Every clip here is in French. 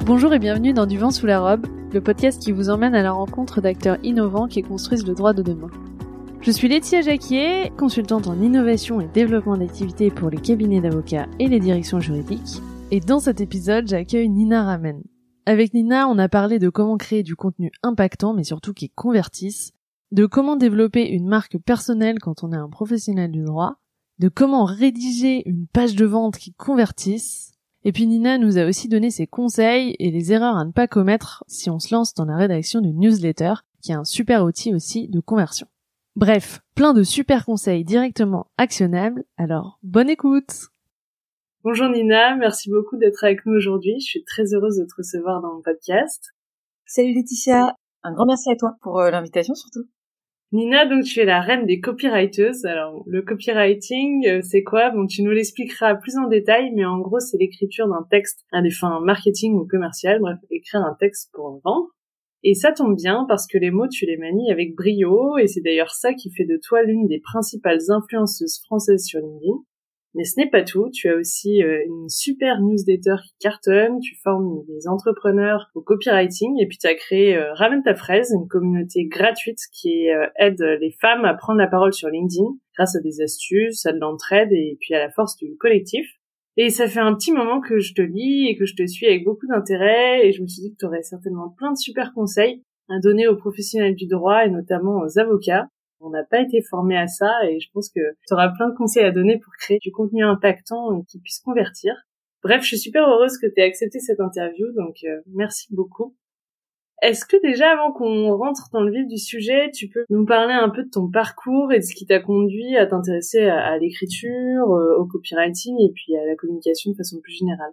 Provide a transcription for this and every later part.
Bonjour et bienvenue dans Du vent sous la robe, le podcast qui vous emmène à la rencontre d'acteurs innovants qui construisent le droit de demain. Je suis Laetitia Jacquier, consultante en innovation et développement d'activités pour les cabinets d'avocats et les directions juridiques. Et dans cet épisode, j'accueille Nina Ramen. Avec Nina, on a parlé de comment créer du contenu impactant, mais surtout qui convertisse, de comment développer une marque personnelle quand on est un professionnel du droit, de comment rédiger une page de vente qui convertisse. Et puis Nina nous a aussi donné ses conseils et les erreurs à ne pas commettre si on se lance dans la rédaction d'une newsletter, qui est un super outil aussi de conversion. Bref, plein de super conseils directement actionnables, alors bonne écoute! Bonjour Nina, merci beaucoup d'être avec nous aujourd'hui, je suis très heureuse de te recevoir dans mon podcast. Salut Laetitia, un grand merci à toi pour l'invitation surtout. Nina, donc tu es la reine des copywriters. Alors le copywriting, c'est quoi? Bon, tu nous l'expliqueras plus en détail, mais en gros c'est l'écriture d'un texte à des fins marketing ou commerciales, bref, écrire un texte pour vendre. Et ça tombe bien parce que les mots tu les manies avec brio, et c'est d'ailleurs ça qui fait de toi l'une des principales influenceuses françaises sur LinkedIn. Mais ce n'est pas tout, tu as aussi une super newsletter qui cartonne, tu formes des entrepreneurs au copywriting et puis tu as créé Ramène ta fraise, une communauté gratuite qui aide les femmes à prendre la parole sur LinkedIn grâce à des astuces, à de l'entraide et puis à la force du collectif. Et ça fait un petit moment que je te lis et que je te suis avec beaucoup d'intérêt et je me suis dit que tu aurais certainement plein de super conseils à donner aux professionnels du droit et notamment aux avocats. On n'a pas été formé à ça et je pense que tu auras plein de conseils à donner pour créer du contenu impactant et qui puisse convertir. Bref, je suis super heureuse que tu aies accepté cette interview, donc merci beaucoup. Est-ce que déjà, avant qu'on rentre dans le vif du sujet, tu peux nous parler un peu de ton parcours et de ce qui t'a conduit à t'intéresser à l'écriture, au copywriting et puis à la communication de façon plus générale?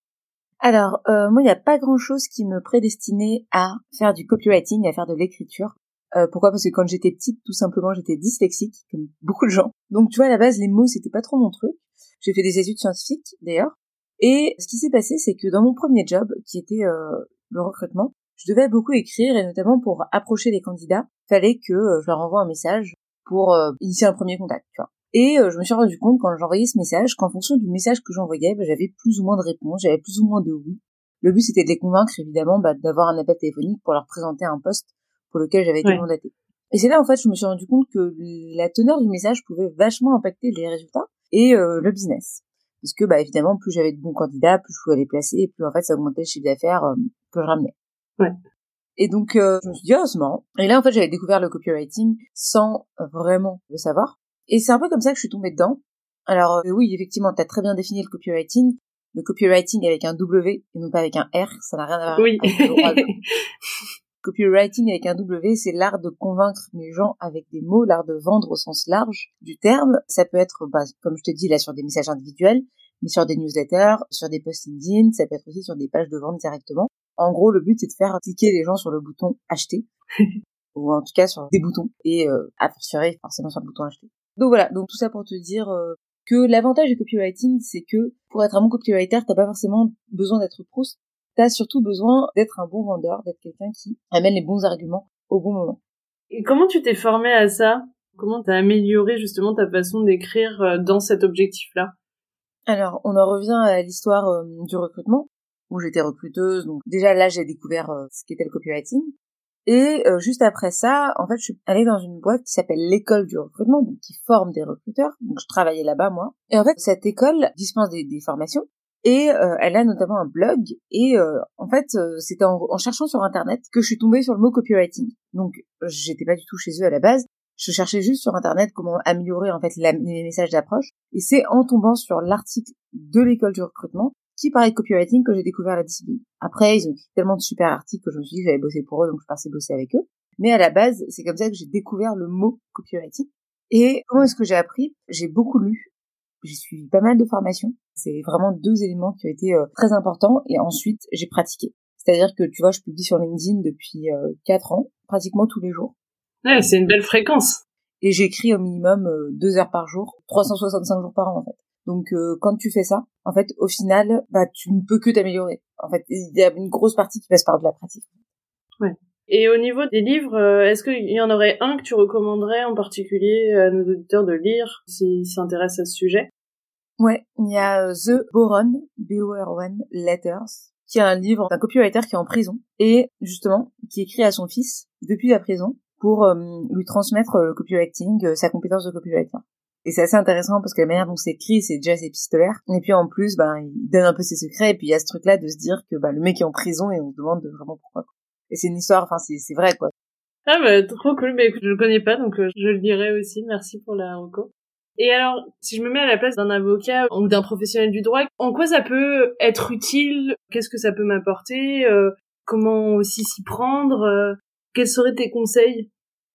Alors, moi, il n'y a pas grand-chose qui me prédestinait à faire du copywriting, à faire de l'écriture. Pourquoi? Parce que quand j'étais petite, tout simplement, j'étais dyslexique, comme beaucoup de gens. Donc, tu vois, à la base, les mots, c'était pas trop mon truc. J'ai fait des études scientifiques, d'ailleurs. Et ce qui s'est passé, c'est que dans mon premier job, qui était le recrutement, je devais beaucoup écrire, et notamment pour approcher les candidats, fallait que je leur envoie un message pour initier un premier contact, tu vois. Et je me suis rendu compte, quand j'envoyais ce message, qu'en fonction du message que j'envoyais, j'avais plus ou moins de réponses, j'avais plus ou moins de oui. Le but, c'était de les convaincre, évidemment, d'avoir un appel téléphonique pour leur présenter un poste pour lequel j'avais été mandatée. Et c'est là, en fait, je me suis rendu compte que la teneur du message pouvait vachement impacter les résultats et le business. Parce que, évidemment, plus j'avais de bons candidats, plus je pouvais les placer, et plus, en fait, ça augmentait le chiffre d'affaires que je ramenais. Ouais. Et donc, je me suis dit, oh, c'est marrant. Et là, en fait, j'avais découvert le copywriting sans vraiment le savoir. Et c'est un peu comme ça que je suis tombée dedans. Alors, oui, effectivement, t'as très bien défini le copywriting. Le copywriting avec un W et non pas avec un R, ça n'a rien à voir Oui. avec le droit. Copywriting avec un W, c'est l'art de convaincre les gens avec des mots, l'art de vendre au sens large du terme. Ça peut être, comme je te dis, là, sur des messages individuels, mais sur des newsletters, sur des posts LinkedIn, ça peut être aussi sur des pages de vente directement. En gros, le but, c'est de faire cliquer les gens sur le bouton acheter, ou en tout cas sur des boutons, et a fortiori forcément sur le bouton acheter. Donc voilà, donc tout ça pour te dire que l'avantage du copywriting, c'est que pour être un bon copywriter, t'as pas forcément besoin d'être pro. T'as surtout besoin d'être un bon vendeur, d'être quelqu'un qui amène les bons arguments au bon moment. Et comment tu t'es formée à ça? Comment t'as amélioré justement ta façon d'écrire dans cet objectif-là? Alors, on en revient à l'histoire du recrutement, où j'étais recruteuse. Donc déjà là, j'ai découvert ce qu'était le copywriting. Et juste après ça, en fait, je suis allée dans une boîte qui s'appelle l'école du recrutement, donc qui forme des recruteurs. Donc je travaillais là-bas, moi. Et en fait, cette école dispense des formations. Et elle a notamment un blog. Et en fait, c'était en cherchant sur Internet que je suis tombée sur le mot copywriting. Donc, j'étais pas du tout chez eux à la base. Je cherchais juste sur Internet comment améliorer en fait les messages d'approche. Et c'est en tombant sur l'article de l'école du recrutement qui parlait de copywriting que j'ai découvert la discipline. Après, ils ont écrit tellement de super articles que je me suis dit que j'allais bosser pour eux, donc je suis partie bosser avec eux. Mais à la base, c'est comme ça que j'ai découvert le mot copywriting. Et comment est-ce que j'ai appris? J'ai beaucoup lu. J'ai suivi pas mal de formations. C'est vraiment deux éléments qui ont été très importants. Et ensuite, j'ai pratiqué. C'est-à-dire que, tu vois, je publie sur LinkedIn depuis 4 ans, pratiquement tous les jours. Ouais, c'est une belle fréquence. Et j'écris au minimum 2 heures par jour, 365 jours par an, en fait. Donc, quand tu fais ça, en fait, au final, tu ne peux que t'améliorer. En fait, il y a une grosse partie qui passe par de la pratique. Ouais. Et au niveau des livres, est-ce qu'il y en aurait un que tu recommanderais en particulier à nos auditeurs de lire s'ils s'intéressent à ce sujet? Ouais, il y a The Boron, B-O-R-O-N, Letters, qui a un livre d'un copywriter qui est en prison et justement qui écrit à son fils depuis la prison pour lui transmettre le copywriting, sa compétence de copywriter. Et c'est assez intéressant parce que la manière dont c'est écrit, c'est déjà épistolaire. Et puis en plus, il donne un peu ses secrets. Et puis il y a ce truc-là de se dire que le mec est en prison et on se demande vraiment pourquoi. Et c'est une histoire, c'est vrai quoi. Ah trop cool. Mais écoute, je le connais pas, donc je le dirai aussi. Merci pour la reco. Et alors, si je me mets à la place d'un avocat ou d'un professionnel du droit, en quoi ça peut être utile? Qu'est-ce que ça peut m'apporter? Comment aussi s'y prendre? Quels seraient tes conseils?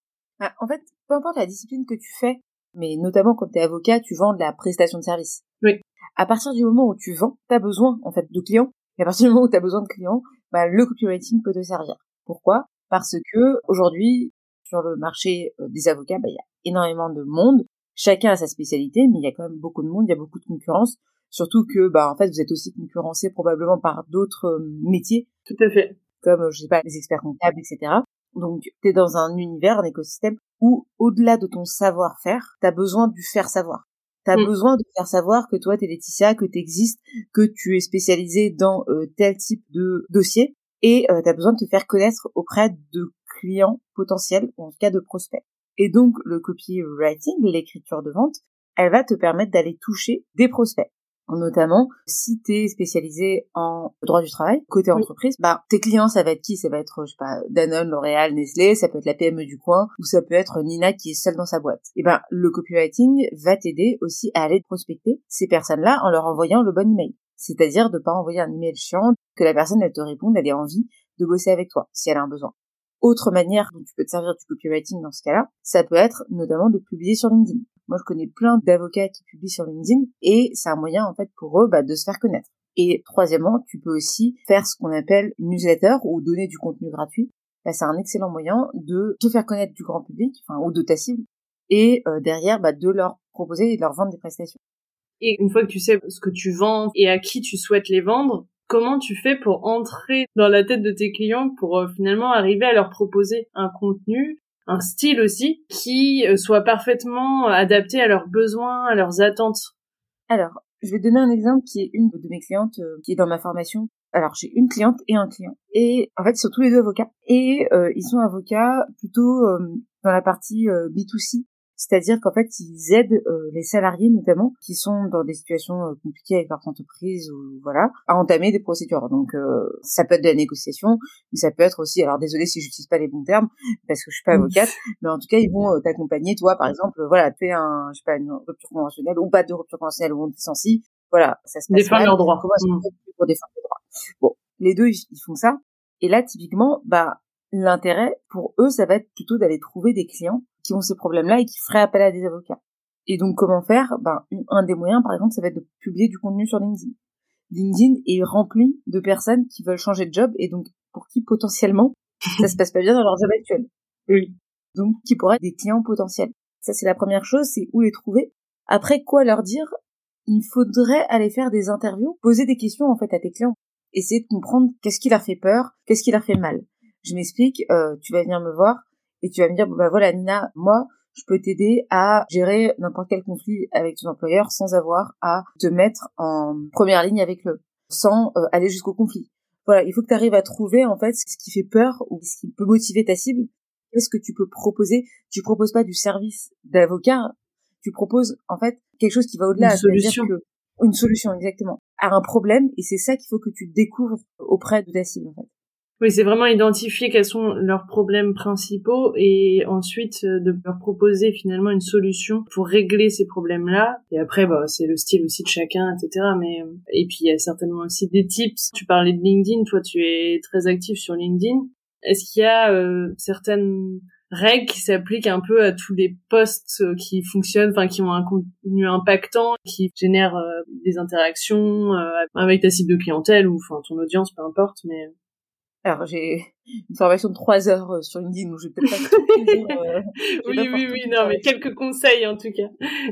En fait, peu importe la discipline que tu fais, mais notamment quand t'es avocat, tu vends de la prestation de service. Oui. À partir du moment où tu vends, t'as besoin, en fait, de clients. Et à partir du moment où t'as besoin de clients, le copywriting peut te servir. Pourquoi? Parce que, aujourd'hui, sur le marché des avocats, il y a énormément de monde. Chacun a sa spécialité, mais il y a quand même beaucoup de monde, il y a beaucoup de concurrence. Surtout que, en fait, vous êtes aussi concurrencé probablement par d'autres métiers. Tout à fait. Comme, je sais pas, les experts comptables, etc. Donc, t'es dans un univers, un écosystème où, au-delà de ton savoir-faire, t'as besoin du faire savoir. T'as besoin de faire savoir que toi, t'es Laetitia, que t'existes, que tu es spécialisé dans tel type de dossier, et t'as besoin de te faire connaître auprès de clients potentiels, ou en tout cas de prospects. Et donc, le copywriting, l'écriture de vente, elle va te permettre d'aller toucher des prospects. Notamment, si t'es spécialisé en droit du travail, côté entreprise, tes clients, ça va être qui? Ça va être, je sais pas, Danone, L'Oréal, Nestlé, ça peut être la PME du coin, ou ça peut être Nina qui est seule dans sa boîte. Et le copywriting va t'aider aussi à aller prospecter ces personnes-là en leur envoyant le bon email. C'est-à-dire de pas envoyer un email chiant, que la personne, elle te réponde, elle ait envie de bosser avec toi, si elle a un besoin. Autre manière dont tu peux te servir du copywriting dans ce cas-là, ça peut être notamment de publier sur LinkedIn. Moi, je connais plein d'avocats qui publient sur LinkedIn et c'est un moyen, en fait, pour eux, de se faire connaître. Et troisièmement, tu peux aussi faire ce qu'on appelle une newsletter ou donner du contenu gratuit. C'est un excellent moyen de te faire connaître du grand public, ou de ta cible, et derrière, de leur proposer et de leur vendre des prestations. Et une fois que tu sais ce que tu vends et à qui tu souhaites les vendre, comment tu fais pour entrer dans la tête de tes clients pour finalement arriver à leur proposer un contenu, un style aussi, qui soit parfaitement adapté à leurs besoins, à leurs attentes? Alors, je vais donner un exemple qui est une de mes clientes qui est dans ma formation. Alors, j'ai une cliente et un client. Et en fait, ils sont tous les deux avocats. Et ils sont avocats plutôt dans la partie B2C. C'est-à-dire qu'en fait, ils aident les salariés notamment qui sont dans des situations compliquées avec leur entreprise ou à entamer des procédures. Donc ça peut être de la négociation, mais ça peut être aussi, alors désolé si j'utilise pas les bons termes parce que je suis pas avocate, mais en tout cas ils vont t'accompagner, toi par exemple, tu fais une rupture conventionnelle ou pas de rupture conventionnelle ou on te licencie, ça se passe défendre leurs droits. Comment est-ce qu'on fait pour défendre les droits? Bon, les deux ils font ça, et là typiquement l'intérêt pour eux, ça va être plutôt d'aller trouver des clients qui ont ces problèmes-là et qui feraient appel à des avocats. Et donc, comment faire? Un des moyens, par exemple, ça va être de publier du contenu sur LinkedIn. LinkedIn est rempli de personnes qui veulent changer de job et donc pour qui, potentiellement, ça se passe pas bien dans leur job actuel. Oui. Donc, qui pourraient être des clients potentiels. Ça, c'est la première chose, c'est où les trouver. Après, quoi leur dire? Il faudrait aller faire des interviews, poser des questions, en fait, à tes clients. Essayer de comprendre qu'est-ce qui leur fait peur, qu'est-ce qui leur fait mal. Je m'explique, tu vas venir me voir et tu vas me dire, voilà Nina, moi, je peux t'aider à gérer n'importe quel conflit avec ton employeur sans avoir à te mettre en première ligne avec eux, sans aller jusqu'au conflit. Voilà, il faut que tu arrives à trouver en fait ce qui fait peur ou ce qui peut motiver ta cible. Qu'est-ce que tu peux proposer? Tu proposes pas du service d'avocat, tu proposes en fait quelque chose qui va au-delà, c'est-à-dire une solution exactement à un problème, et c'est ça qu'il faut que tu découvres auprès de ta cible en fait. Oui, c'est vraiment identifier quels sont leurs problèmes principaux et ensuite de leur proposer finalement une solution pour régler ces problèmes-là. Et après, c'est le style aussi de chacun, etc. Et puis il y a certainement aussi des tips. Tu parlais de LinkedIn, toi tu es très actif sur LinkedIn. Est-ce qu'il y a certaines règles qui s'appliquent un peu à tous les posts qui fonctionnent, qui ont un contenu impactant, qui génèrent des interactions avec ta cible de clientèle ou ton audience, peu importe, mais... Alors, j'ai une formation de 3 heures sur LinkedIn, donc je vais peut-être pas tout dire. Oui, non, mais quelques conseils, en tout cas.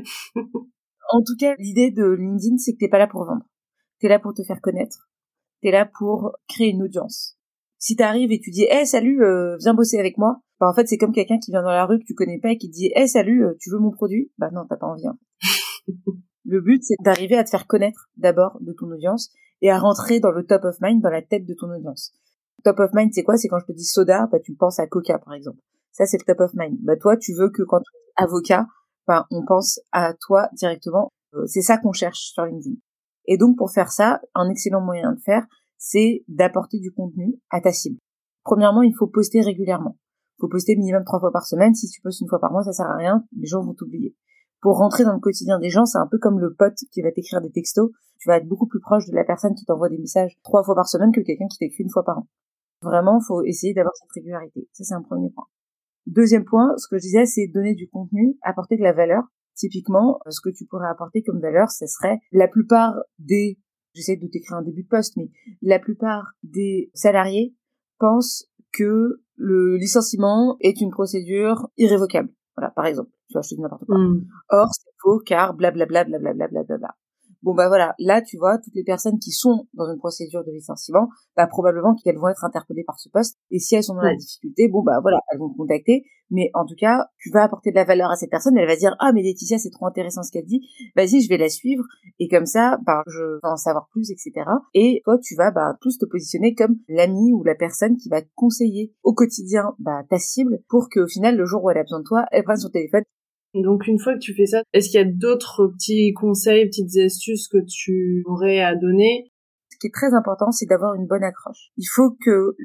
En tout cas, l'idée de LinkedIn, c'est que t'es pas là pour vendre. T'es là pour te faire connaître. T'es là pour créer une audience. Si t'arrives et tu dis, salut, viens bosser avec moi, en fait, c'est comme quelqu'un qui vient dans la rue que tu connais pas et qui te dit, salut, tu veux mon produit? Non, t'as pas envie, hein. Le but, c'est d'arriver à te faire connaître d'abord de ton audience et à rentrer dans le top of mind, dans la tête de ton audience. Top of mind, c'est quoi? C'est quand je te dis soda, tu penses à Coca, par exemple. Ça, c'est le top of mind. Toi, tu veux que quand on dit avocat, on pense à toi directement. C'est ça qu'on cherche sur LinkedIn. Et donc, pour faire ça, un excellent moyen de faire, c'est d'apporter du contenu à ta cible. Premièrement, il faut poster régulièrement. Il faut poster minimum 3 fois par semaine. Si tu postes une fois par mois, ça sert à rien. Les gens vont t'oublier. Pour rentrer dans le quotidien des gens, c'est un peu comme le pote qui va t'écrire des textos. Tu vas être beaucoup plus proche de la personne qui t'envoie des messages 3 fois par semaine que quelqu'un qui t'écrit une fois par an. Vraiment, faut essayer d'avoir cette régularité. Ça, c'est un premier point. Deuxième point, ce que je disais, c'est donner du contenu, apporter de la valeur. Typiquement, ce que tu pourrais apporter comme valeur, ce serait la plupart des, j'essaie de t'écrire un début de poste, mais la plupart des salariés pensent que le licenciement est une procédure irrévocable. Voilà, par exemple. Tu vois, je te dis n'importe quoi. Or, c'est faux, car blablabla, blablabla, blablabla. Bon, voilà. Là, tu vois, toutes les personnes qui sont dans une procédure de licenciement, probablement qu'elles vont être interpellées par ce poste. Et si elles sont dans la difficulté, voilà, elles vont te contacter. Mais en tout cas, tu vas apporter de la valeur à cette personne. Elle va dire, ah, mais Laetitia, c'est trop intéressant ce qu'elle dit. Vas-y, je vais la suivre. Et comme ça, je vais en savoir plus, etc. Et toi, tu vas, plus te positionner comme l'ami ou la personne qui va te conseiller au quotidien, ta cible pour qu'au final, le jour où elle a besoin de toi, elle prenne son téléphone. Donc une fois que tu fais ça, est-ce qu'il y a d'autres petits conseils, petites astuces que tu aurais à donner? Ce qui est très important, c'est d'avoir une bonne accroche. Il faut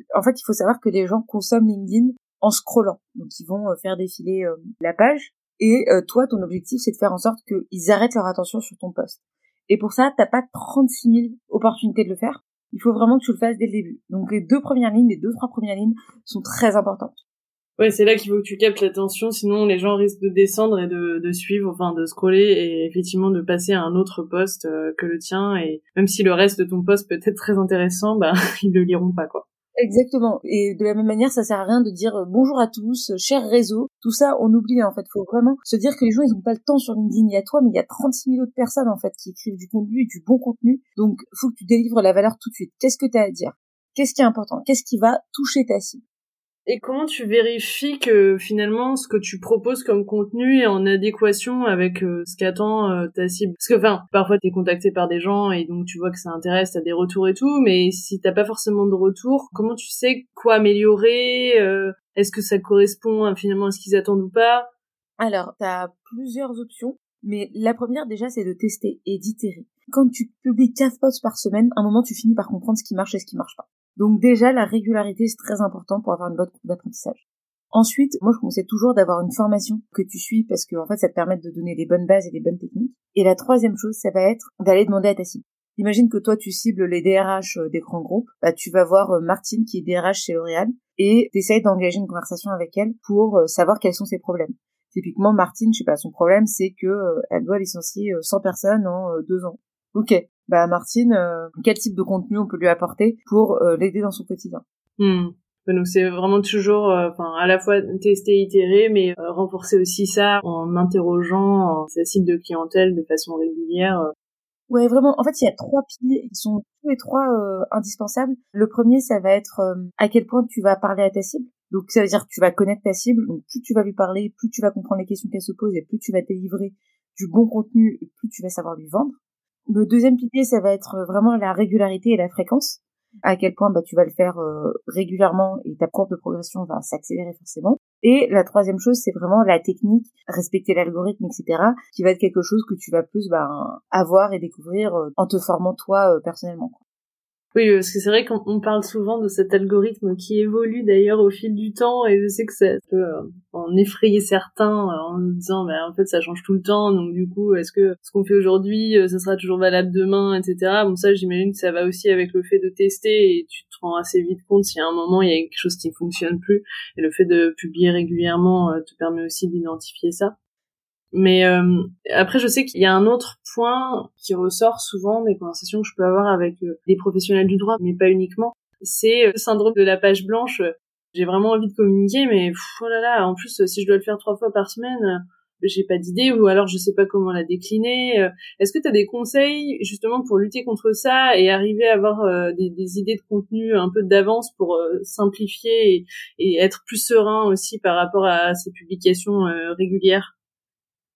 savoir que les gens consomment LinkedIn en scrollant. Donc ils vont faire défiler la page et toi, ton objectif, c'est de faire en sorte qu'ils arrêtent leur attention sur ton post. Et pour ça, t'as pas 36 000 opportunités de le faire. Il faut vraiment que tu le fasses dès le début. Donc les 3 premières lignes sont très importantes. Ouais, c'est là qu'il faut que tu captes l'attention, sinon les gens risquent de descendre et de suivre, de scroller et effectivement de passer à un autre post que le tien, et même si le reste de ton post peut être très intéressant, ils le liront pas, quoi. Exactement. Et de la même manière, ça sert à rien de dire bonjour à tous, cher réseau. Tout ça, on oublie, en fait. Faut vraiment se dire que les gens, ils ont pas le temps sur LinkedIn. Il y a toi, mais il y a 36 000 autres personnes, en fait, qui écrivent du contenu et du bon contenu. Donc, faut que tu délivres la valeur tout de suite. Qu'est-ce que t'as à dire? Qu'est-ce qui est important? Qu'est-ce qui va toucher ta cible? Et comment tu vérifies que finalement ce que tu proposes comme contenu est en adéquation avec ce qu'attend ta cible? Parce que parfois t'es contacté par des gens et donc tu vois que ça intéresse, t'as des retours et tout, mais si t'as pas forcément de retour, comment tu sais quoi améliorer? Est-ce que ça correspond finalement à ce qu'ils attendent ou pas? Alors, t'as plusieurs options, mais la première déjà, c'est de tester et d'itérer. Quand tu publies 4 posts par semaine, à un moment tu finis par comprendre ce qui marche et ce qui marche pas. Donc déjà, la régularité, c'est très important pour avoir une bonne courbe d'apprentissage. Ensuite, moi, je conseille toujours d'avoir une formation que tu suis parce que, en fait, ça te permet de donner des bonnes bases et des bonnes techniques. Et la troisième chose, ça va être d'aller demander à ta cible. Imagine que toi, tu cibles les DRH des grands groupes. Tu vas voir Martine, qui est DRH chez L'Oréal, et t'essayes d'engager une conversation avec elle pour savoir quels sont ses problèmes. Typiquement, Martine, son problème, c'est que elle doit licencier 100 personnes en 2 ans. Ok. Martine, quel type de contenu on peut lui apporter pour l'aider dans son quotidien? Donc c'est vraiment toujours, à la fois tester, itérer, mais renforcer aussi ça en interrogeant sa cible de clientèle de façon régulière. Ouais, vraiment. En fait, il y a 3 piliers qui sont tous les 3 indispensables. Le premier, ça va être à quel point tu vas parler à ta cible. Donc ça veut dire que tu vas connaître ta cible. Donc plus tu vas lui parler, plus tu vas comprendre les questions qu'elle se pose et plus tu vas délivrer du bon contenu, plus tu vas savoir lui vendre. Le deuxième pilier, ça va être vraiment la régularité et la fréquence. À quel point tu vas le faire régulièrement et ta courbe de progression va s'accélérer forcément. Et la troisième chose, c'est vraiment la technique, respecter l'algorithme, etc., qui va être quelque chose que tu vas plus avoir et découvrir en te formant toi personnellement. Oui, parce que c'est vrai qu'on parle souvent de cet algorithme qui évolue d'ailleurs au fil du temps, et je sais que ça peut en effrayer certains en disant en fait ça change tout le temps, donc du coup est-ce que ce qu'on fait aujourd'hui ça sera toujours valable demain, etc. Bon, ça j'imagine que ça va aussi avec le fait de tester, et tu te rends assez vite compte si à un moment il y a quelque chose qui ne fonctionne plus, et le fait de publier régulièrement te permet aussi d'identifier ça. Mais après, je sais qu'il y a un autre point qui ressort souvent des conversations que je peux avoir avec des professionnels du droit, mais pas uniquement. C'est le syndrome de la page blanche. J'ai vraiment envie de communiquer, mais oh là là, en plus, si je dois le faire 3 fois par semaine, j'ai pas d'idée, ou alors je sais pas comment la décliner. Est-ce que tu as des conseils justement pour lutter contre ça et arriver à avoir des idées de contenu un peu d'avance pour simplifier et être plus serein aussi par rapport à ces publications régulières?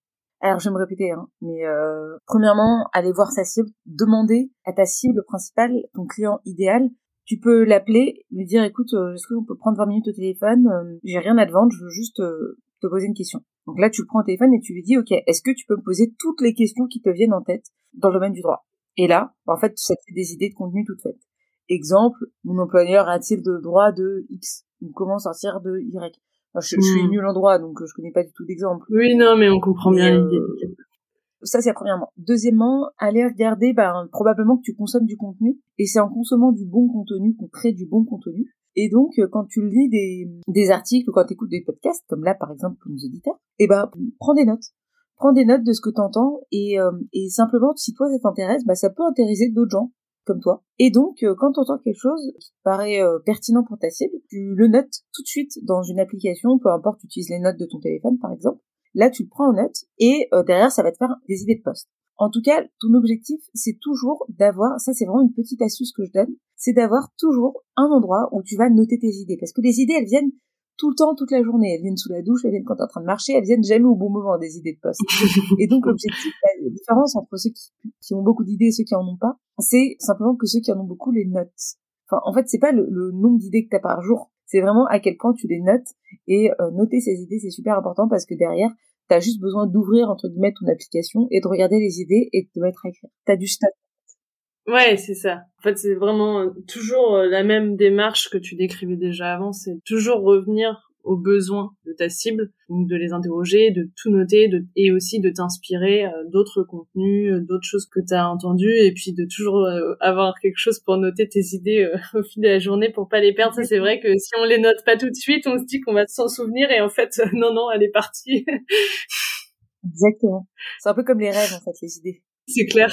Alors, je vais me répéter, mais premièrement, aller voir sa cible, demander à ta cible principale, ton client idéal. Tu peux l'appeler, lui dire, écoute, est-ce qu'on peut prendre 20 minutes au téléphone, j'ai rien à te vendre, je veux juste te poser une question. Donc là, tu le prends au téléphone et tu lui dis, ok, est-ce que tu peux me poser toutes les questions qui te viennent en tête dans le domaine du droit? Et là, en fait, ça te fait des idées de contenu toutes faites. Exemple, mon employeur a-t-il de droit de X? Ou comment sortir de Y? Enfin, je suis nulle en droit, donc je connais pas du tout d'exemple. Oui, non, mais on comprend bien l'idée. Ça, c'est premièrement. Deuxièmement, aller regarder, probablement que tu consommes du contenu. Et c'est en consommant du bon contenu qu'on crée du bon contenu. Et donc, quand tu lis des articles ou quand tu écoutes des podcasts, comme là, par exemple, pour nos auditeurs, prends des notes. Prends des notes de ce que tu entends et simplement, si toi, ça t'intéresse, ça peut intéresser d'autres gens comme toi. Et donc, quand tu entends quelque chose qui te paraît pertinent pour ta cible, tu le notes tout de suite dans une application, peu importe, tu utilises les notes de ton téléphone, par exemple. Là, tu le prends en note et derrière, ça va te faire des idées de poste. En tout cas, ton objectif, c'est toujours d'avoir, ça c'est vraiment une petite astuce que je donne, c'est d'avoir toujours un endroit où tu vas noter tes idées. Parce que les idées, elles viennent tout le temps, toute la journée. Elles viennent sous la douche, elles viennent quand t'es en train de marcher, elles viennent jamais au bon moment, des idées de poste. Et donc, l'objectif, la différence entre ceux qui ont beaucoup d'idées et ceux qui en ont pas, c'est simplement que ceux qui en ont beaucoup les notent. Enfin, en fait, c'est pas le nombre d'idées que t'as par jour, c'est vraiment à quel point tu les notes. Et noter ces idées, c'est super important parce que derrière, t'as juste besoin d'ouvrir, entre guillemets, ton application et de regarder les idées et de te mettre à écrire. T'as du stock. Ouais, c'est ça. En fait, c'est vraiment toujours la même démarche que tu décrivais déjà avant. C'est toujours revenir aux besoins de ta cible, donc de les interroger, de tout noter, et aussi de t'inspirer d'autres contenus, d'autres choses que tu as entendues, et puis de toujours avoir quelque chose pour noter tes idées au fil de la journée pour pas les perdre. Ça, c'est vrai que si on les note pas tout de suite, on se dit qu'on va s'en souvenir, et en fait, non, elle est partie. Exactement. C'est un peu comme les rêves, en fait, les idées. C'est clair.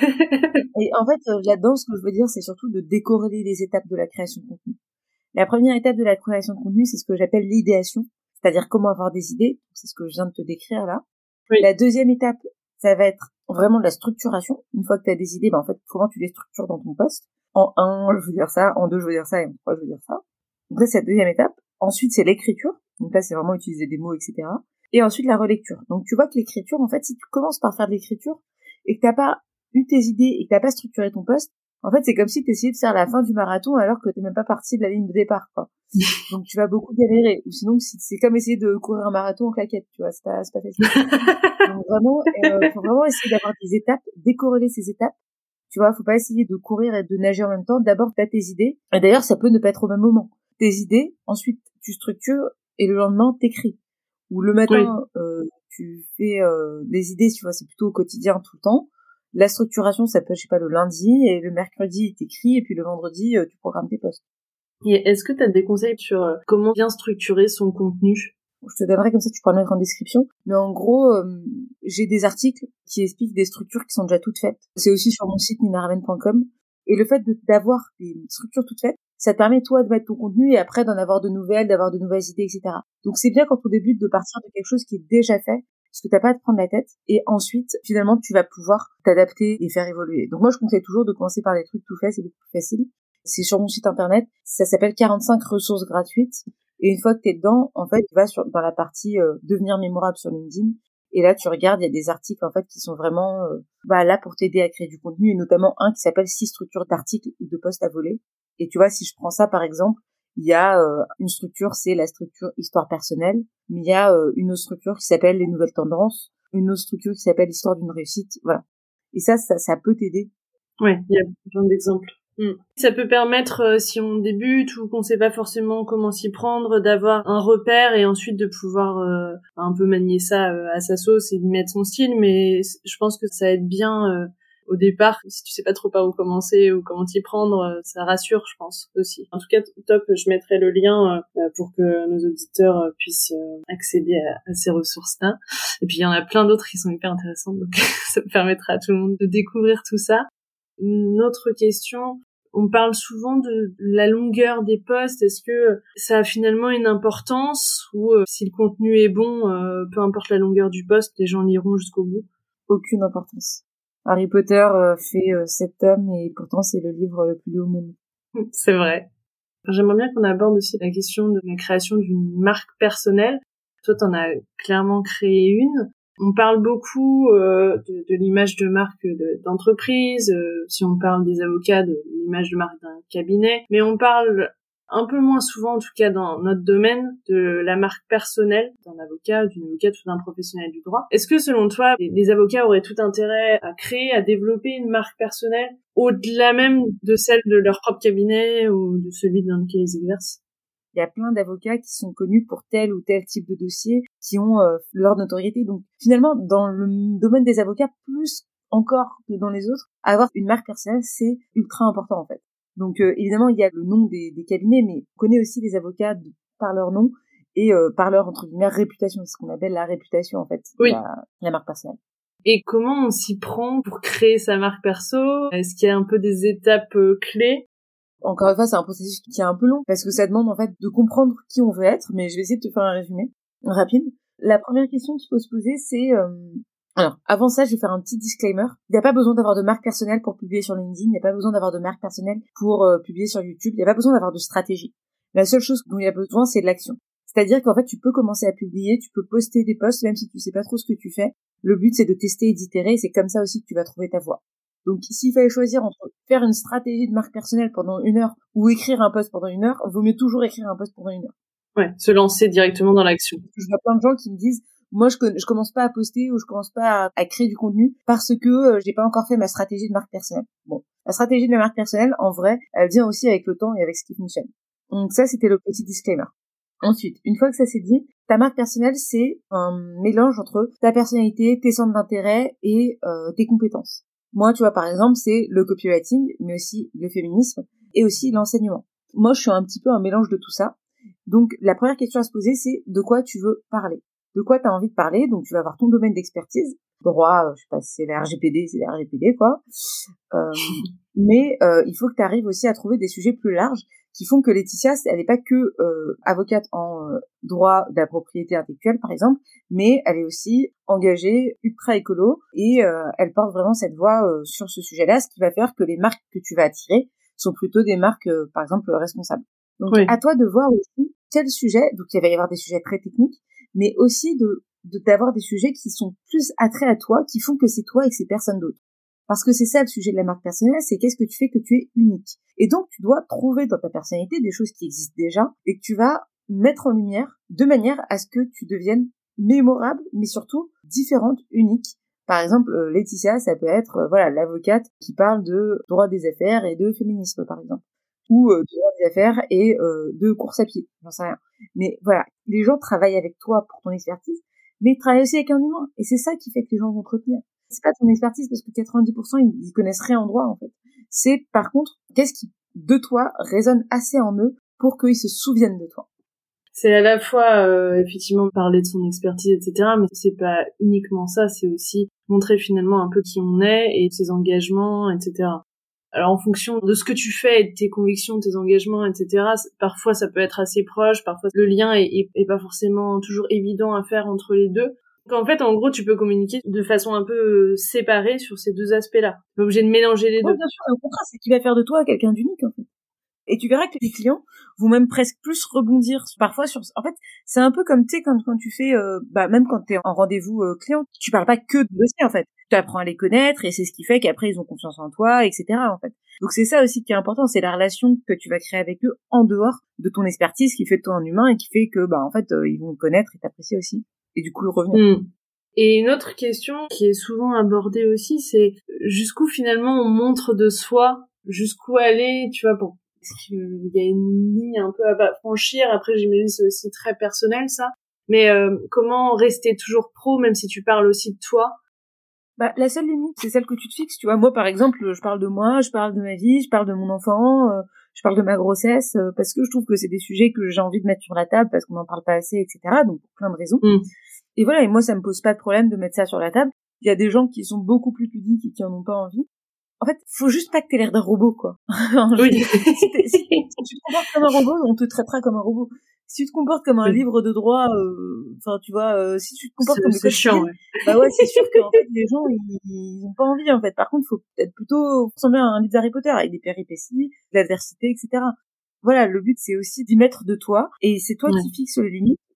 Et en fait, là-dedans, ce que je veux dire, c'est surtout de décorréler les étapes de la création de contenu. La première étape de la création de contenu, c'est ce que j'appelle l'idéation, c'est-à-dire comment avoir des idées. C'est ce que je viens de te décrire là. Oui. La deuxième étape, ça va être vraiment de la structuration. Une fois que tu as des idées, en fait, comment tu les structures dans ton poste. En 1, je veux dire ça, en 2, je veux dire ça, et en 3, je veux dire ça. Donc ça, c'est la deuxième étape. Ensuite, c'est l'écriture. Donc là, c'est vraiment utiliser des mots, etc. Et ensuite, la relecture. Donc tu vois que l'écriture, en fait, si tu commences par faire de l'écriture et que t'as pas eu tes idées et que t'as pas structuré ton poste, en fait, c'est comme si t'essayais de faire la fin du marathon alors que t'es même pas parti de la ligne de départ, quoi. Donc, tu vas beaucoup galérer. Ou sinon, c'est comme essayer de courir un marathon en claquette, tu vois, c'est pas facile. Donc, vraiment, faut vraiment essayer d'avoir des étapes, décorréler ces étapes. Tu vois, faut pas essayer de courir et de nager en même temps. D'abord, t'as tes idées. Et d'ailleurs, ça peut ne pas être au même moment. Tes idées, ensuite, tu structures, et le lendemain, t'écris. Ou le matin, tu fais les idées, tu vois, c'est plutôt au quotidien tout le temps. La structuration, ça peut, je sais pas, le lundi, et le mercredi, t'écris, et puis le vendredi, tu programmes tes posts. Et est-ce que tu as des conseils sur comment bien structurer son contenu? Je te donnerai, comme ça tu pourras le mettre en description. Mais en gros, j'ai des articles qui expliquent des structures qui sont déjà toutes faites. C'est aussi sur mon site ninaraven.com. Et le fait d'avoir des structures toutes faites, ça te permet toi de mettre ton contenu et après d'en avoir de nouvelles, d'avoir de nouvelles idées, etc. Donc c'est bien quand on débute de partir de quelque chose qui est déjà fait, parce que t'as pas à te prendre la tête. Et ensuite, finalement, tu vas pouvoir t'adapter et faire évoluer. Donc moi, je conseille toujours de commencer par des trucs tout faits, c'est beaucoup plus facile. C'est sur mon site internet, ça s'appelle 45 ressources gratuites. Et une fois que t'es dedans, en fait, tu vas dans la partie devenir mémorable sur LinkedIn. Et là, tu regardes, il y a des articles en fait qui sont vraiment là pour t'aider à créer du contenu, et notamment un qui s'appelle 6 structures d'articles ou de posts à voler. Et tu vois, si je prends ça par exemple, il y a une structure, c'est la structure histoire personnelle, mais il y a une autre structure qui s'appelle les nouvelles tendances, une autre structure qui s'appelle l'histoire d'une réussite, voilà. Et ça peut t'aider. Ouais, il y a plein d'exemples. Ça peut permettre, si on débute ou qu'on sait pas forcément comment s'y prendre, d'avoir un repère et ensuite de pouvoir un peu manier ça à sa sauce et d'y mettre son style. Mais je pense que ça aide bien au départ. Si tu sais pas trop par où commencer ou comment t'y prendre, ça rassure, je pense, aussi. En tout cas, top, je mettrai le lien pour que nos auditeurs puissent accéder à ces ressources-là. Et puis, il y en a plein d'autres qui sont hyper intéressantes, donc ça permettra à tout le monde de découvrir tout ça. Une autre question, on parle souvent de la longueur des posts. Est-ce que ça a finalement une importance ou si le contenu est bon, peu importe la longueur du post, les gens liront jusqu'au bout? Aucune importance. Harry Potter fait 7 tomes et pourtant c'est le livre le plus lu au monde. C'est vrai. J'aimerais bien qu'on aborde aussi la question de la création d'une marque personnelle. Toi, t'en as clairement créé une. On parle beaucoup de l'image de marque d'entreprise, si on parle des avocats, de l'image de marque d'un cabinet, mais on parle un peu moins souvent, en tout cas dans notre domaine, de la marque personnelle d'un avocat, d'une avocate ou d'un professionnel du droit. Est-ce que selon toi, les avocats auraient tout intérêt à créer, à développer une marque personnelle au-delà même de celle de leur propre cabinet ou de celui dans lequel ils exercent? Il y a plein d'avocats qui sont connus pour tel ou tel type de dossier, qui ont leur notoriété. Donc finalement, dans le domaine des avocats, plus encore que dans les autres, avoir une marque personnelle, c'est ultra important en fait. Donc évidemment, il y a le nom des cabinets, mais on connaît aussi les avocats par leur nom et par leur, entre guillemets, réputation. C'est ce qu'on appelle la réputation, en fait, oui. la marque personnelle. Et comment on s'y prend pour créer sa marque perso? Est-ce qu'il y a un peu des étapes clés? Encore une fois, c'est un processus qui est un peu long, parce que ça demande en fait de comprendre qui on veut être, mais je vais essayer de te faire un résumé rapide. La première question qu'il faut se poser, c'est... Alors, avant ça, je vais faire un petit disclaimer. Il n'y a pas besoin d'avoir de marque personnelle pour publier sur LinkedIn, il n'y a pas besoin d'avoir de marque personnelle pour publier sur YouTube, il n'y a pas besoin d'avoir de stratégie. La seule chose dont il y a besoin, c'est de l'action. C'est-à-dire qu'en fait, tu peux commencer à publier, tu peux poster des posts, même si tu sais pas trop ce que tu fais. Le but, c'est de tester et d'itérer, et c'est comme ça aussi que tu vas trouver ta voie. Donc, s'il fallait choisir entre faire une stratégie de marque personnelle pendant 1 heure ou écrire un post pendant 1 heure, vaut mieux toujours écrire un post pendant 1 heure. Ouais, se lancer directement dans l'action. Je vois plein de gens qui me disent, moi, je commence pas à poster ou je commence pas à créer du contenu parce que j'ai pas encore fait ma stratégie de marque personnelle. Bon, la stratégie de la marque personnelle, en vrai, elle vient aussi avec le temps et avec ce qui fonctionne. Donc ça, c'était le petit disclaimer. Ensuite, une fois que ça s'est dit, ta marque personnelle, c'est un mélange entre ta personnalité, tes centres d'intérêt et tes compétences. Moi, tu vois, par exemple, c'est le copywriting, mais aussi le féminisme et aussi l'enseignement. Moi, je suis un petit peu un mélange de tout ça. Donc, la première question à se poser, c'est de quoi tu veux parler. De quoi tu as envie de parler. Donc, tu vas avoir ton domaine d'expertise. Droit, je sais pas si c'est la RGPD, c'est la RGPD, quoi. Mais il faut que tu arrives aussi à trouver des sujets plus larges qui font que Laetitia, elle n'est pas que avocate en droit de la propriété intellectuelle, par exemple, mais elle est aussi engagée, ultra écolo, et elle porte vraiment cette voix sur ce sujet-là, ce qui va faire que les marques que tu vas attirer sont plutôt des marques, par exemple, responsables. Donc, oui. À toi de voir aussi quel sujet, donc il va y avoir des sujets très techniques, mais aussi d'avoir des sujets qui sont plus attraits à toi, qui font que c'est toi et que c'est personne d'autre. Parce que c'est ça le sujet de la marque personnelle, c'est qu'est-ce que tu fais que tu es unique. Et donc, tu dois trouver dans ta personnalité des choses qui existent déjà et que tu vas mettre en lumière de manière à ce que tu deviennes mémorable, mais surtout différente, unique. Par exemple, Laetitia, ça peut être voilà l'avocate qui parle de droit des affaires et de féminisme, par exemple. Ou de droit des affaires et de course à pied, j'en sais rien. Mais voilà, les gens travaillent avec toi pour ton expertise, mais ils travaillent aussi avec un humain. Et c'est ça qui fait que les gens vont te retenir. C'est pas ton expertise parce que 90% ils connaissent rien en droit en fait. C'est par contre qu'est-ce qui de toi résonne assez en eux pour qu'ils se souviennent de toi. C'est à la fois effectivement parler de son expertise, etc. Mais c'est pas uniquement ça, c'est aussi montrer finalement un peu qui on est et ses engagements, etc. Alors en fonction de ce que tu fais et de tes convictions, de tes engagements, etc. Parfois ça peut être assez proche, parfois le lien est pas forcément toujours évident à faire entre les deux. Donc en fait, en gros, tu peux communiquer de façon un peu séparée sur ces deux aspects-là. Tu n'es pas obligé de mélanger les deux. Bien sûr, au contraire, c'est ce qui va faire de toi quelqu'un d'unique en fait. Et tu verras que les clients vont même presque plus rebondir parfois sur... En fait, c'est un peu comme, tu sais, quand tu fais... même quand t'es en rendez-vous client, tu parles pas que de dossier, en fait. Tu apprends à les connaître et c'est ce qui fait qu'après, ils ont confiance en toi, etc., en fait. Donc, c'est ça aussi qui est important, c'est la relation que tu vas créer avec eux en dehors de ton expertise qui fait de toi un humain et qui fait que, en fait, ils vont te connaître et t'apprécier aussi. Et du coup, revenir. Et une autre question qui est souvent abordée aussi, c'est jusqu'où finalement on montre de soi, jusqu'où aller, tu vois, pour... Il y a une ligne un peu à franchir. Après, j'imagine c'est aussi très personnel, ça. Mais comment rester toujours pro, même si tu parles aussi de toi? La seule limite, c'est celle que tu te fixes. Tu vois, moi, par exemple, je parle de moi, je parle de ma vie, je parle de mon enfant, je parle de ma grossesse, parce que je trouve que c'est des sujets que j'ai envie de mettre sur la table, parce qu'on n'en parle pas assez, etc. Donc, pour plein de raisons. Et voilà, et moi, ça me pose pas de problème de mettre ça sur la table. Il y a des gens qui sont beaucoup plus pudiques et qui en ont pas envie. En fait, faut juste pas que t'aies l'air d'un robot, quoi. Oui. Si tu te comportes comme un robot, on te traitera comme un robot. Si tu te comportes comme un livre de droit, tu vois, si tu te comportes comme le code chiant, ouais. C'est sûr qu'en fait, les gens, ils ont pas envie, en fait. Par contre, faut peut-être plutôt ressembler à un livre d'Harry Potter avec des péripéties, de l'adversité, etc. Voilà, le but, c'est aussi d'y mettre de toi, et c'est toi qui fixes les limites.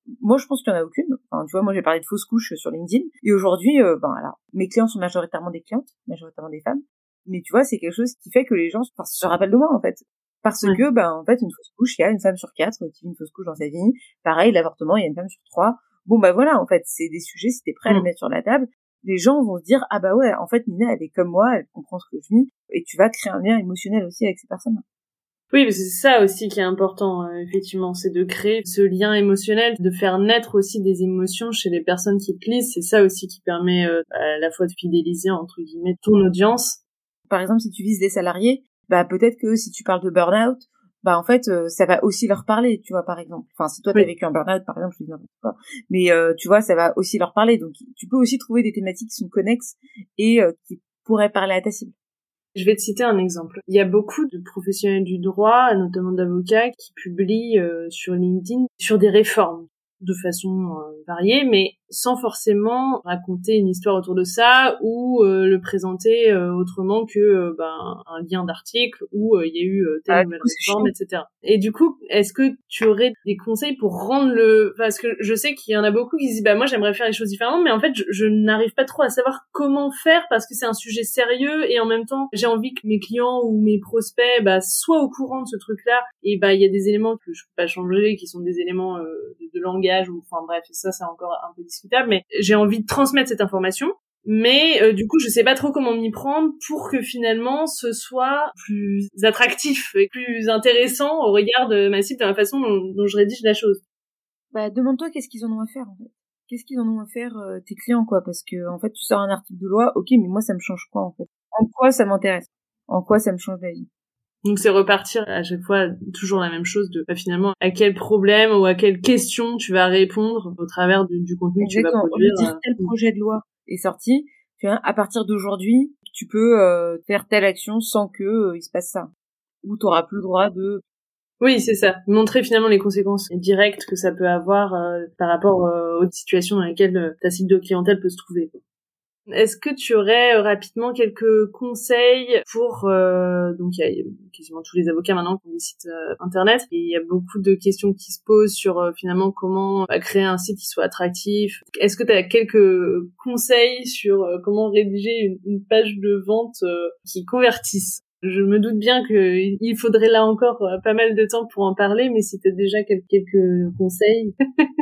moi je pense qu'il y en a aucune. Enfin, tu vois, moi j'ai parlé de fausses couches sur LinkedIn et aujourd'hui alors mes clients sont majoritairement des clientes, majoritairement des femmes, mais tu vois, c'est quelque chose qui fait que les gens se rappellent de moi en fait. Parce que en fait une fausse couche, il y a une femme sur 4 qui vit une fausse couche dans sa vie. Pareil, l'avortement, il y a une femme sur 3. Bon voilà, en fait, c'est des sujets, si t'es prêt à les mettre sur la table, les gens vont se dire ah bah ouais, en fait Nina elle est comme moi, elle comprend ce que je vis, et tu vas créer un lien émotionnel aussi avec ces personnes. Oui, parce que c'est ça aussi qui est important, effectivement, c'est de créer ce lien émotionnel, de faire naître aussi des émotions chez les personnes qui te lisent. C'est ça aussi qui permet à la fois de fidéliser, entre guillemets, ton audience. Par exemple, si tu vises des salariés, peut-être que si tu parles de burn-out, en fait, ça va aussi leur parler, tu vois, par exemple. Enfin, si toi, t'as vécu un burn-out, par exemple, je dis n'importe quoi. Mais, tu vois, ça va aussi leur parler. Donc, tu peux aussi trouver des thématiques qui sont connexes et qui pourraient parler à ta cible. Je vais te citer un exemple. Il y a beaucoup de professionnels du droit, notamment d'avocats, qui publient sur LinkedIn sur des réformes de façon variée, mais sans forcément raconter une histoire autour de ça ou le présenter autrement que un lien d'article où il y a eu telle nouvelle réforme, etc. Et du coup, est-ce que tu aurais des conseils pour rendre parce que je sais qu'il y en a beaucoup qui se disent moi j'aimerais faire les choses différemment, mais en fait je n'arrive pas trop à savoir comment faire parce que c'est un sujet sérieux et en même temps j'ai envie que mes clients ou mes prospects soient au courant de ce truc-là et il y a des éléments que je peux pas changer qui sont des éléments de langage ou enfin bref, ça c'est encore un peu discutable, mais j'ai envie de transmettre cette information. Mais du coup, je sais pas trop comment m'y prendre pour que finalement ce soit plus attractif et plus intéressant au regard de ma cible, de la façon dont je rédige la chose. Demande-toi qu'est-ce qu'ils en ont à faire en fait. Qu'est-ce qu'ils en ont à faire tes clients quoi, parce que en fait tu sors un article de loi, ok, mais moi ça me change quoi en fait? En quoi ça m'intéresse? En quoi ça me change la vie? Donc c'est repartir à chaque fois toujours la même chose de finalement à quel problème ou à quelle question tu vas répondre au travers du contenu que tu vas produire. Au lieu de dire tel projet de loi est sorti, tu vois, à partir d'aujourd'hui, tu peux faire telle action sans que il se passe ça. Ou t'auras plus le droit de... Oui, c'est ça. Montrer finalement les conséquences directes que ça peut avoir par rapport aux situations dans lesquelles ta cible de clientèle peut se trouver, quoi. Est-ce que tu aurais rapidement quelques conseils pour donc il y a quasiment tous les avocats maintenant qui ont des sites internet et il y a beaucoup de questions qui se posent sur finalement comment créer un site qui soit attractif. Est-ce que tu as quelques conseils sur comment rédiger une page de vente qui convertisse? Je me doute bien qu'il faudrait là encore pas mal de temps pour en parler, mais si tu as déjà quelques conseils.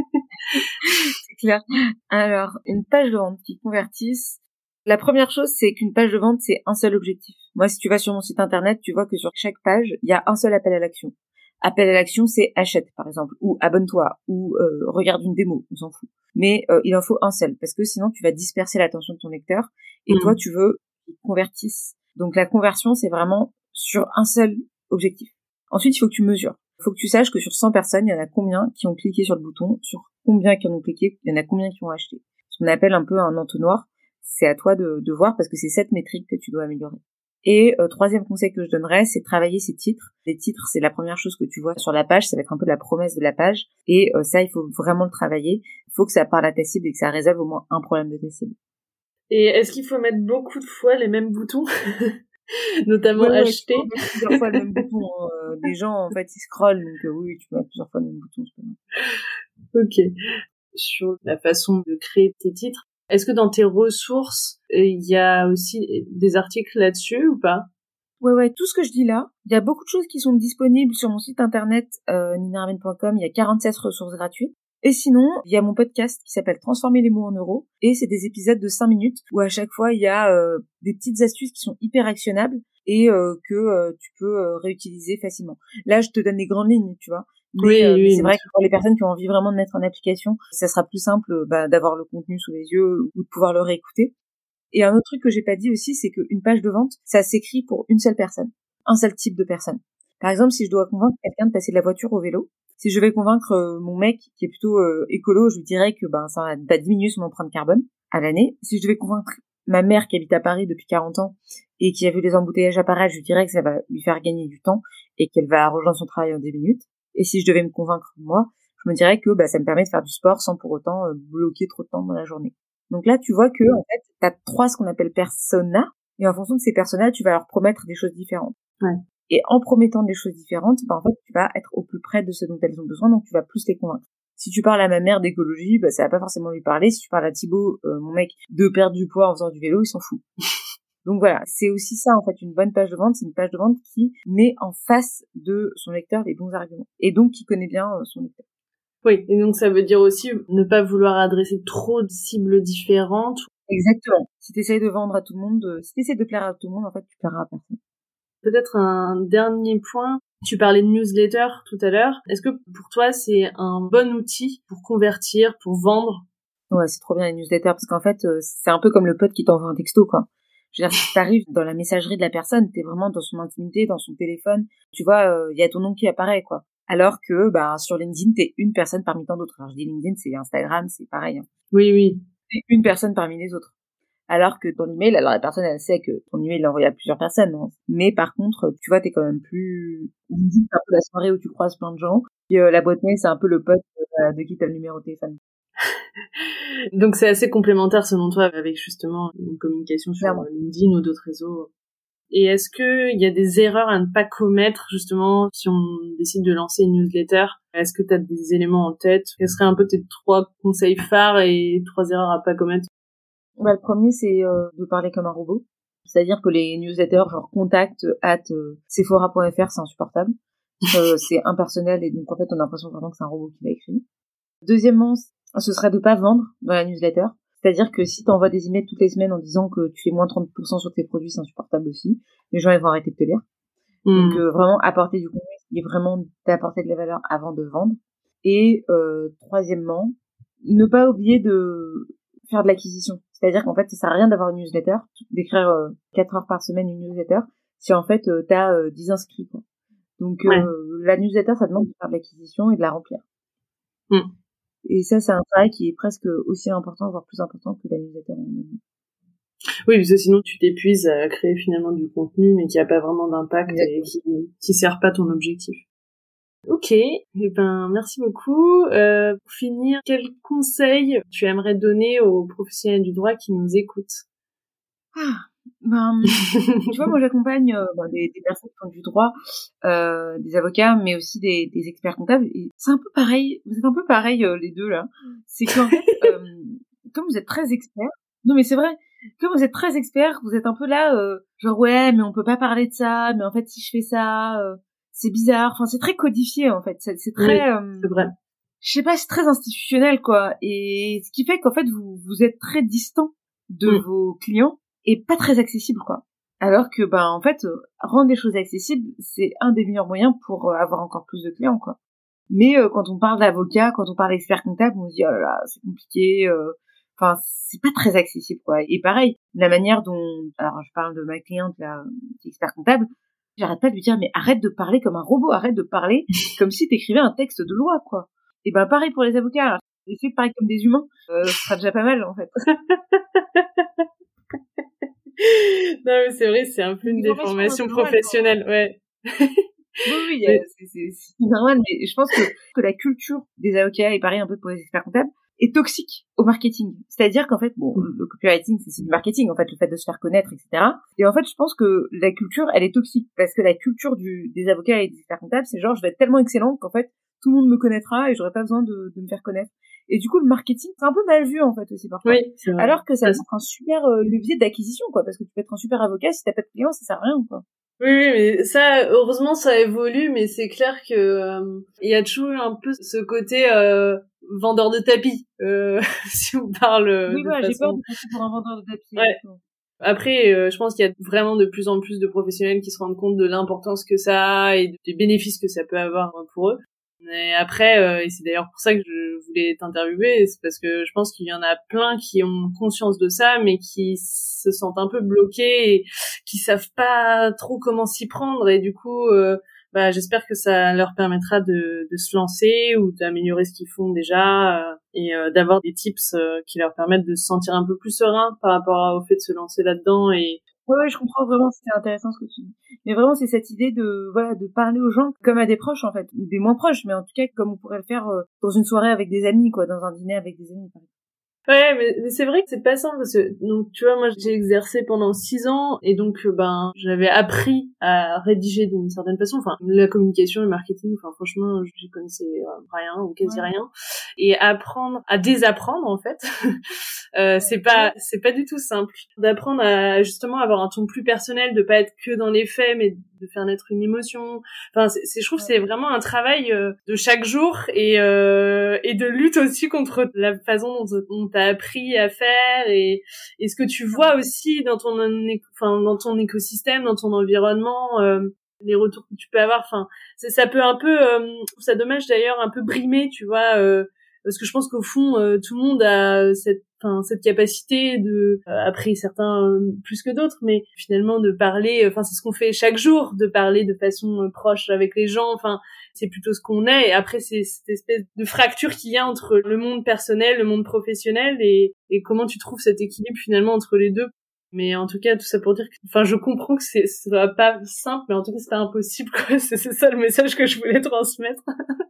C'est clair. Alors, une page de vente qui convertisse. La première chose, c'est qu'une page de vente, c'est un seul objectif. Moi, si tu vas sur mon site internet, tu vois que sur chaque page, il y a un seul appel à l'action. Appel à l'action, c'est achète, par exemple, ou abonne-toi, ou regarde une démo, on s'en fout. Mais il en faut un seul, parce que sinon, tu vas disperser l'attention de ton lecteur, et toi, tu veux qu'il convertisse. Donc, la conversion, c'est vraiment sur un seul objectif. Ensuite, il faut que tu mesures. Il faut que tu saches que sur 100 personnes, il y en a combien qui ont cliqué sur le bouton, sur combien qui en ont cliqué, il y en a combien qui ont acheté. Ce qu'on appelle un peu un entonnoir. C'est à toi de voir parce que c'est cette métrique que tu dois améliorer. Et troisième conseil que je donnerais, c'est travailler ses titres. Les titres, c'est la première chose que tu vois sur la page, ça va être un peu la promesse de la page. Et ça, il faut vraiment le travailler. Il faut que ça parle à ta cible et que ça résolve au moins un problème de ta cible. Et est-ce qu'il faut mettre beaucoup de fois les mêmes boutons notamment acheter. Plusieurs fois le même bouton. Des gens, en fait, ils scrollent, donc oui, tu mets plusieurs fois le même bouton. Ok. Sur la façon de créer tes titres, est-ce que dans tes ressources, il y a aussi des articles là-dessus ou pas? Ouais, tout ce que je dis là, il y a beaucoup de choses qui sont disponibles sur mon site internet ninarven.com, il y a 47 ressources gratuites. Et sinon, il y a mon podcast qui s'appelle Transformer les mots en euros, et c'est des épisodes de 5 minutes où à chaque fois il y a des petites astuces qui sont hyper actionnables et que tu peux réutiliser facilement. Là, je te donne les grandes lignes, tu vois. Mais, mais c'est vrai que pour les personnes qui ont envie vraiment de mettre en application, ça sera plus simple d'avoir le contenu sous les yeux ou de pouvoir le réécouter. Et un autre truc que j'ai pas dit aussi, c'est qu'une page de vente, ça s'écrit pour une seule personne, un seul type de personne. Par exemple, si je dois convaincre quelqu'un de passer de la voiture au vélo, si je vais convaincre mon mec qui est plutôt écolo, je lui dirais que ça va diminuer son empreinte carbone à l'année. Si je devais convaincre ma mère qui habite à Paris depuis 40 ans et qui a vu les embouteillages apparaître, je lui dirais que ça va lui faire gagner du temps et qu'elle va rejoindre son travail en 10 minutes. Et si je devais me convaincre moi, je me dirais que ça me permet de faire du sport sans pour autant bloquer trop de temps dans la journée. Donc là, tu vois que en fait, t'as 3 ce qu'on appelle personas, et en fonction de ces personas, tu vas leur promettre des choses différentes. Ouais. Et en promettant des choses différentes, en fait, tu vas être au plus près de ce dont elles ont besoin, donc tu vas plus les convaincre. Si tu parles à ma mère d'écologie, ça va pas forcément lui parler. Si tu parles à Thibaut, mon mec, de perdre du poids en faisant du vélo, il s'en fout. Donc voilà, c'est aussi ça en fait, une bonne page de vente, c'est une page de vente qui met en face de son lecteur les bons arguments et donc qui connaît bien son lecteur. Oui, et donc ça veut dire aussi ne pas vouloir adresser trop de cibles différentes. Exactement. Si t'essayes de vendre à tout le monde, si t'essayes de plaire à tout le monde, en fait, tu plairas à personne. Peut-être un dernier point. Tu parlais de newsletter tout à l'heure. Est-ce que pour toi, c'est un bon outil pour convertir, pour vendre? Ouais, c'est trop bien les newsletters parce qu'en fait, c'est un peu comme le pote qui t'envoie un texto, quoi. Je veux dire, si t'arrives dans la messagerie de la personne, t'es vraiment dans son intimité, dans son téléphone. Tu vois, il y a ton nom qui apparaît, quoi. Alors que, sur LinkedIn, t'es une personne parmi tant d'autres. Alors, je dis LinkedIn, c'est Instagram, c'est pareil. Hein. Oui. T'es une personne parmi les autres. Alors que dans l'email, alors la personne, elle sait que ton email l'a envoyé à plusieurs personnes. Hein. Mais par contre, tu vois, t'es quand même plus... LinkedIn, c'est un peu la soirée où tu croises plein de gens. Et la boîte mail, c'est un peu le pote de qui t'as le numéro de téléphone. Donc c'est assez complémentaire selon toi avec justement une communication sur LinkedIn ou d'autres réseaux. Et est-ce que il y a des erreurs à ne pas commettre justement si on décide de lancer une newsletter? Est-ce que tu as des éléments en tête? Quels seraient un peu tes 3 conseils phares et 3 erreurs à pas commettre? Le premier, c'est de parler comme un robot. C'est-à-dire que les newsletters genre contact@sephora.fr, c'est insupportable. C'est impersonnel et donc en fait on a l'impression vraiment que c'est un robot qui l'a écrit. Deuxièmement, ce serait de pas vendre dans la newsletter. C'est-à-dire que si t'envoies des emails toutes les semaines en disant que tu fais moins 30% sur tes produits, c'est insupportable aussi. Les gens, ils vont arrêter de te lire. Donc, vraiment, apporter du contenu, c'est vraiment d'apporter de la valeur avant de vendre. Et, troisièmement, ne pas oublier de faire de l'acquisition. C'est-à-dire qu'en fait, ça sert à rien d'avoir une newsletter, d'écrire 4 heures par semaine une newsletter, si en fait, t'as 10 inscrits, quoi. Donc, la newsletter, ça demande de faire de l'acquisition et de la remplir. Et ça, c'est un travail qui est presque aussi important, voire plus important que la newsletter en elle-même. Oui, parce que sinon tu t'épuises à créer finalement du contenu, mais qui a pas vraiment d'impact. Exactement. Et qui sert pas ton objectif. Ok, merci beaucoup. Pour finir, quel conseil tu aimerais donner aux professionnels du droit qui nous écoutent? Tu vois, moi j'accompagne des personnes qui font du droit, des avocats, mais aussi des experts comptables. Et c'est un peu pareil, vous êtes un peu pareil les deux là. C'est qu'en fait, comme vous êtes très experts, non mais c'est vrai, comme vous êtes très experts, vous êtes un peu là, genre ouais, mais on peut pas parler de ça, mais en fait si je fais ça, c'est bizarre. Enfin, c'est très codifié en fait, c'est très, c'est vrai. Je sais pas, c'est très institutionnel quoi. Et ce qui fait qu'en fait vous êtes très distant de vos clients. Et pas très accessible, quoi. Alors que, en fait, rendre les choses accessibles, c'est un des meilleurs moyens pour avoir encore plus de clients, quoi. Mais quand on parle d'avocat, quand on parle d'expert comptable, on se dit, oh là là, c'est compliqué, enfin, c'est pas très accessible, quoi. Et pareil, la manière dont, alors je parle de ma cliente, là, qui est expert comptable, j'arrête pas de lui dire, mais arrête de parler comme un robot, arrête de parler comme si t'écrivais un texte de loi, quoi. Et pareil pour les avocats, alors, essayez de parler comme des humains, ce sera déjà pas mal, en fait. Non, mais c'est vrai, c'est un peu une déformation professionnelle, ouais. Oui, c'est normal, mais je pense que la culture des avocats, et pareil un peu pour les experts comptables, est toxique au marketing. C'est-à-dire qu'en fait, le copywriting, c'est du marketing, en fait, le fait de se faire connaître, etc. Et en fait, je pense que la culture, elle est toxique, parce que la culture des avocats et des experts comptables, c'est genre, je vais être tellement excellent qu'en fait, tout le monde me connaîtra et j'aurai pas besoin de me faire connaître. Et du coup, le marketing, c'est un peu mal vu, en fait, aussi, parfois. Oui, c'est vrai. Alors que ça peut être un super levier d'acquisition, quoi, parce que tu peux être un super avocat, si t'as pas de clients, ça sert à rien, quoi. Oui, mais ça, heureusement, ça évolue, mais c'est clair que il y a toujours un peu ce côté vendeur de tapis, si on parle oui, de j'ai peur façon... de passer pour un vendeur de tapis. Ouais. Après, je pense qu'il y a vraiment de plus en plus de professionnels qui se rendent compte de l'importance que ça a et des bénéfices que ça peut avoir pour eux. Mais après, et c'est d'ailleurs pour ça que je voulais t'interviewer, c'est parce que je pense qu'il y en a plein qui ont conscience de ça, mais qui se sentent un peu bloqués et qui savent pas trop comment s'y prendre. Et du coup, j'espère que ça leur permettra de se lancer ou d'améliorer ce qu'ils font déjà et d'avoir des tips qui leur permettent de se sentir un peu plus serein par rapport au fait de se lancer là-dedans. Et ouais, je comprends vraiment, c'est intéressant ce que tu dis. Mais vraiment, c'est cette idée de parler aux gens comme à des proches, en fait, ou des moins proches, mais en tout cas, comme on pourrait le faire dans une soirée avec des amis, quoi, dans un dîner avec des amis, par exemple. Ouais, mais c'est vrai que c'est pas simple parce que, donc, tu vois, moi, j'ai exercé pendant 6 ans et donc, j'avais appris à rédiger d'une certaine façon. Enfin, la communication, le marketing, enfin, franchement, j'y connaissais rien ou quasi rien. Et apprendre à désapprendre, en fait, c'est pas du tout simple. D'apprendre à, justement, avoir un ton plus personnel, de pas être que dans les faits, mais de faire naître une émotion. Enfin, je trouve que c'est vraiment un travail de chaque jour et de lutte aussi contre la façon dont t'as appris à faire et ce que tu vois aussi dans ton écosystème, dans ton environnement, les retours que tu peux avoir. Enfin, ça peut un peu, je trouve ça dommage d'ailleurs, un peu brimer, tu vois, parce que je pense qu'au fond, tout le monde a cette capacité de, après certains plus que d'autres, mais finalement de parler, c'est ce qu'on fait chaque jour, de parler de façon proche avec les gens, c'est plutôt ce qu'on est, et après c'est cette espèce de fracture qu'il y a entre le monde personnel, le monde professionnel, et comment tu trouves cet équilibre finalement entre les deux. Mais en tout cas, tout ça pour dire que, je comprends que ça va pas simple, mais en tout cas c'est pas impossible, quoi. C'est ça le message que je voulais transmettre.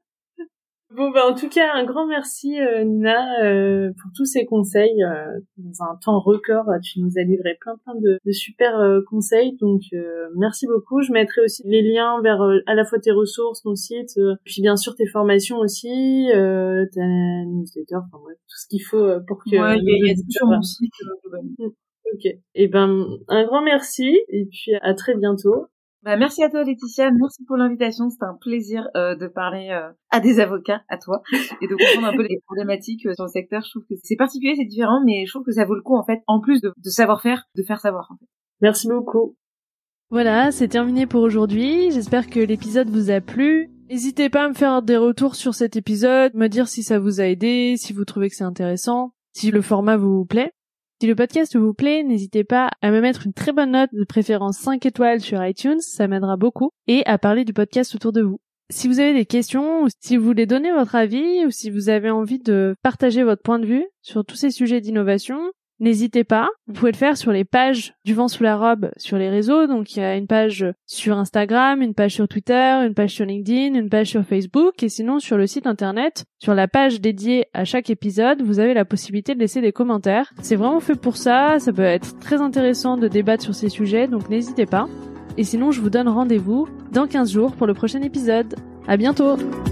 Bon, en tout cas, un grand merci, Nina, pour tous ces conseils. Dans un temps record, tu nous as livré plein de super conseils. Donc, merci beaucoup. Je mettrai aussi les liens vers à la fois tes ressources, ton site, puis bien sûr tes formations aussi, ta newsletter, tout ce qu'il faut pour que... Ouais, il y a tout sur mon site. Ok. Et un grand merci. Et puis, à très bientôt. Merci à toi, Laetitia. Merci pour l'invitation. C'était un plaisir de parler à des avocats, à toi, et de comprendre un peu les problématiques sur le secteur. Je trouve que c'est particulier, c'est différent, mais je trouve que ça vaut le coup, en fait, en plus de savoir-faire, de faire savoir, en fait. Merci beaucoup. Voilà, c'est terminé pour aujourd'hui. J'espère que l'épisode vous a plu. N'hésitez pas à me faire des retours sur cet épisode, me dire si ça vous a aidé, si vous trouvez que c'est intéressant, si le format vous plaît. Si le podcast vous plaît, n'hésitez pas à me mettre une très bonne note, de préférence 5 étoiles sur iTunes, ça m'aidera beaucoup, et à parler du podcast autour de vous. Si vous avez des questions, ou si vous voulez donner votre avis, ou si vous avez envie de partager votre point de vue sur tous ces sujets d'innovation, n'hésitez pas. Vous pouvez le faire sur les pages du Vent sous la robe sur les réseaux. Donc, il y a une page sur Instagram, une page sur Twitter, une page sur LinkedIn, une page sur Facebook. Et sinon, sur le site internet, sur la page dédiée à chaque épisode, vous avez la possibilité de laisser des commentaires. C'est vraiment fait pour ça. Ça peut être très intéressant de débattre sur ces sujets. Donc, n'hésitez pas. Et sinon, je vous donne rendez-vous dans 15 jours pour le prochain épisode. À bientôt!